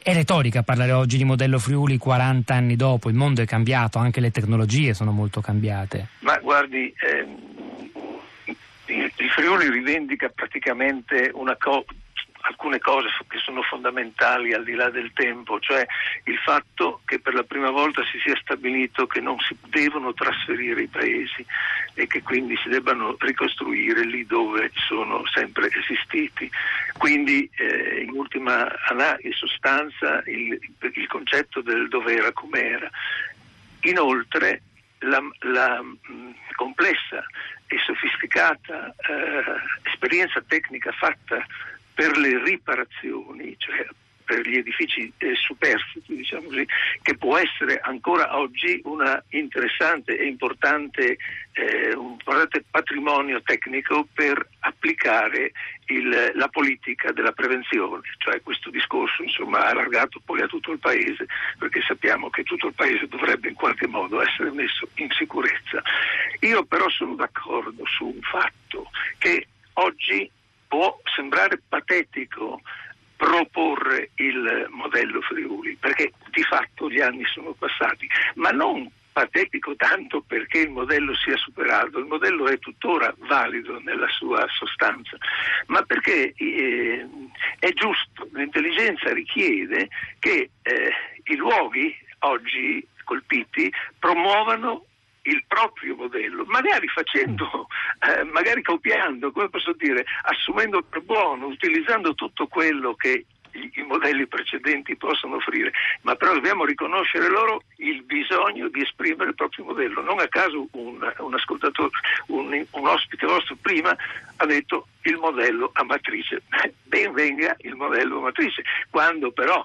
È retorica parlare oggi di modello Friuli 40 anni dopo, il mondo è cambiato, anche le tecnologie sono molto cambiate. Ma guardi, il Friuli rivendica praticamente alcune cose che sono fondamentali al di là del tempo, cioè il fatto che per la prima volta si sia stabilito che non si devono trasferire i paesi e che quindi si debbano ricostruire lì dove sono sempre esistiti. Quindi in ultima sostanza il concetto del dov'era com'era. Inoltre la complessa e sofisticata esperienza tecnica fatta per le riparazioni, cioè per gli edifici superstiti, diciamo così, che può essere ancora oggi una interessante e importante un importante patrimonio tecnico per applicare la politica della prevenzione, cioè questo discorso insomma allargato poi a tutto il paese, perché sappiamo che tutto il paese dovrebbe in qualche modo essere messo in sicurezza. Io però sono d'accordo su un fatto, che oggi può sembrare patetico proporre il modello Friuli, perché di fatto gli anni sono passati, ma non patetico tanto perché il modello sia superato, il modello è tuttora valido nella sua sostanza, ma perché è giusto, l'intelligenza richiede che i luoghi oggi colpiti promuovano il proprio modello, magari magari copiando, come posso dire, assumendo per buono, utilizzando tutto quello che i modelli precedenti possono offrire, ma però dobbiamo riconoscere loro il bisogno di esprimere il proprio modello. Non a caso un ascoltatore, un ospite vostro prima ha detto il modello a matrice. Ben venga il modello a matrice, quando però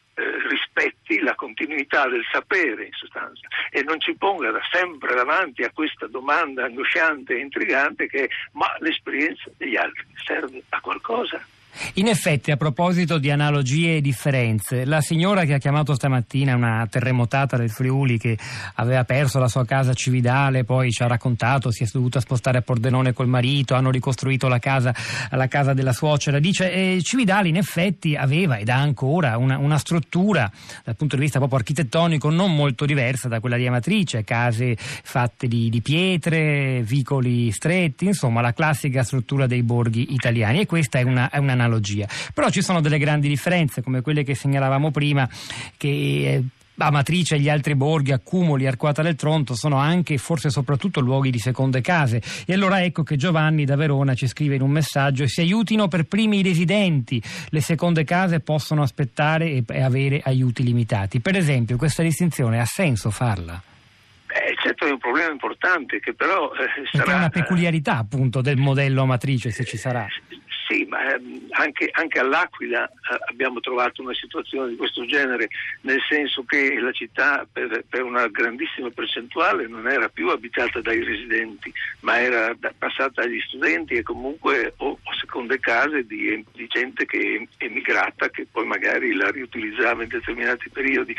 rispetti la continuità del sapere in sostanza e non ci ponga da sempre davanti a questa domanda angosciante e intrigante che è: ma l'esperienza degli altri serve a qualcosa? In effetti, a proposito di analogie e differenze, la signora che ha chiamato stamattina, una terremotata del Friuli che aveva perso la sua casa a Cividale, poi ci ha raccontato si è dovuta spostare a Pordenone col marito, hanno ricostruito la casa della suocera, dice Cividale in effetti aveva ed ha ancora una struttura dal punto di vista proprio architettonico non molto diversa da quella di Amatrice, case fatte di pietre, vicoli stretti, insomma la classica struttura dei borghi italiani, e questa è un'analogia. Però ci sono delle grandi differenze, come quelle che segnalavamo prima, che Amatrice e gli altri borghi, Accumoli, Arquata del Tronto, sono anche e forse soprattutto luoghi di seconde case. E allora ecco che Giovanni da Verona ci scrive in un messaggio: si aiutino per primi i residenti, le seconde case possono aspettare e avere aiuti limitati. Per esempio, questa distinzione ha senso farla? Certo, è un problema importante che però sarà... È una peculiarità appunto del modello Amatrice, se ci sarà. Sì, ma anche all'Aquila abbiamo trovato una situazione di questo genere, nel senso che la città per una grandissima percentuale non era più abitata dai residenti, ma era passata agli studenti e comunque o seconde case di gente che è emigrata, che poi magari la riutilizzava in determinati periodi.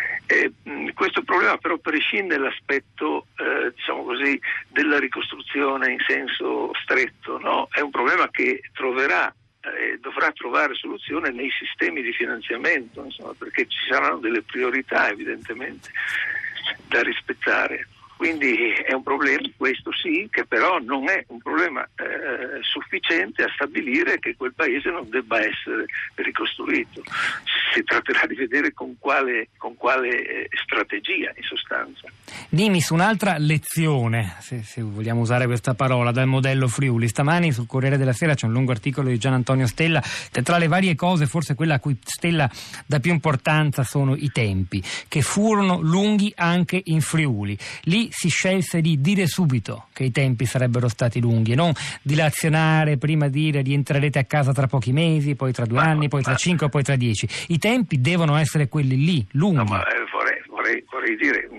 Questo problema però prescinde dall'aspetto diciamo così della ricostruzione in senso stretto, no? È un problema che dovrà trovare soluzione nei sistemi di finanziamento, insomma, perché ci saranno delle priorità evidentemente da rispettare. Quindi è un problema, questo sì, che però non è un problema sufficiente a stabilire che quel paese non debba essere ricostruito. Si tratterà di vedere con quale strategia, in sostanza. Dimmi su un'altra lezione, se vogliamo usare questa parola, dal modello Friuli. Stamani sul Corriere della Sera c'è un lungo articolo di Gian Antonio Stella, che tra le varie cose forse quella a cui Stella dà più importanza sono i tempi, che furono lunghi anche in Friuli. Lì si scelse di dire subito che i tempi sarebbero stati lunghi e non dilazionare, prima dire rientrerete a casa tra pochi mesi, poi tra 2 anni, poi tra 5, poi tra 10. I tempi devono essere quelli lì, lunghi. No, ma vorrei dire,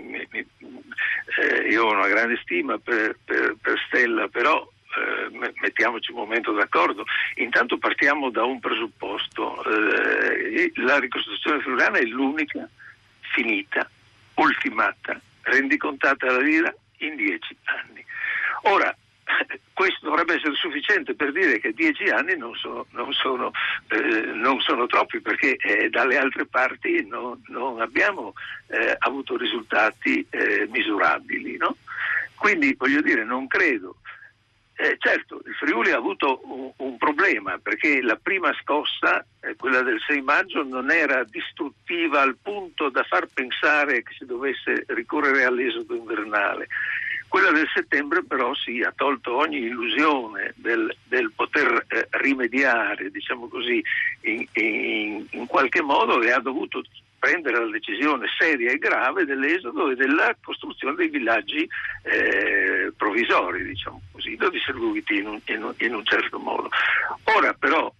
io ho una grande stima per Stella, però mettiamoci un momento d'accordo. Intanto partiamo da un presupposto: la ricostruzione friulana è l'unica finita, ultimata, rendicontata alla lira in 10 anni. Ora, questo dovrebbe essere sufficiente per dire che 10 anni non sono troppi, perché dalle altre parti non abbiamo avuto risultati misurabili, no? Quindi voglio dire, non credo. Certo, il Friuli ha avuto un problema, perché la prima scossa, quella del 6 maggio, non era distruttiva al punto da far pensare che si dovesse ricorrere all'esodo invernale. Quella del settembre però sì, ha tolto ogni illusione del poter rimediare, diciamo così, in qualche modo, e ha dovuto prendere la decisione seria e grave dell'esodo e della costruzione dei villaggi provvisori, diciamo così, distribuiti in un certo modo. Ora però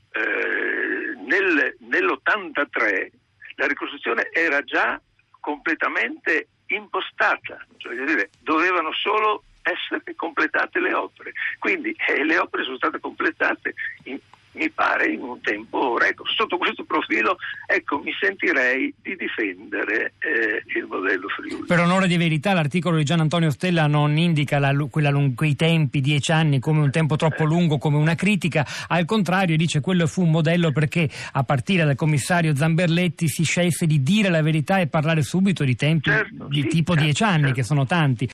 nell'83 la ricostruzione era già completamente impostata, cioè dire, dovevano solo essere completate le opere, quindi le opere sono state completate mi pare in un tempo record. Sotto questo profilo, ecco, mi sentirei di difendere il modello Friuli. Per onore di verità, l'articolo di Gian Antonio Stella non indica quei tempi, 10 anni, come un tempo troppo lungo, come una critica. Al contrario, dice quello fu un modello perché a partire dal commissario Zamberletti si scelse di dire la verità e parlare subito di tempi tipo 10 anni, certo, che sono tanti.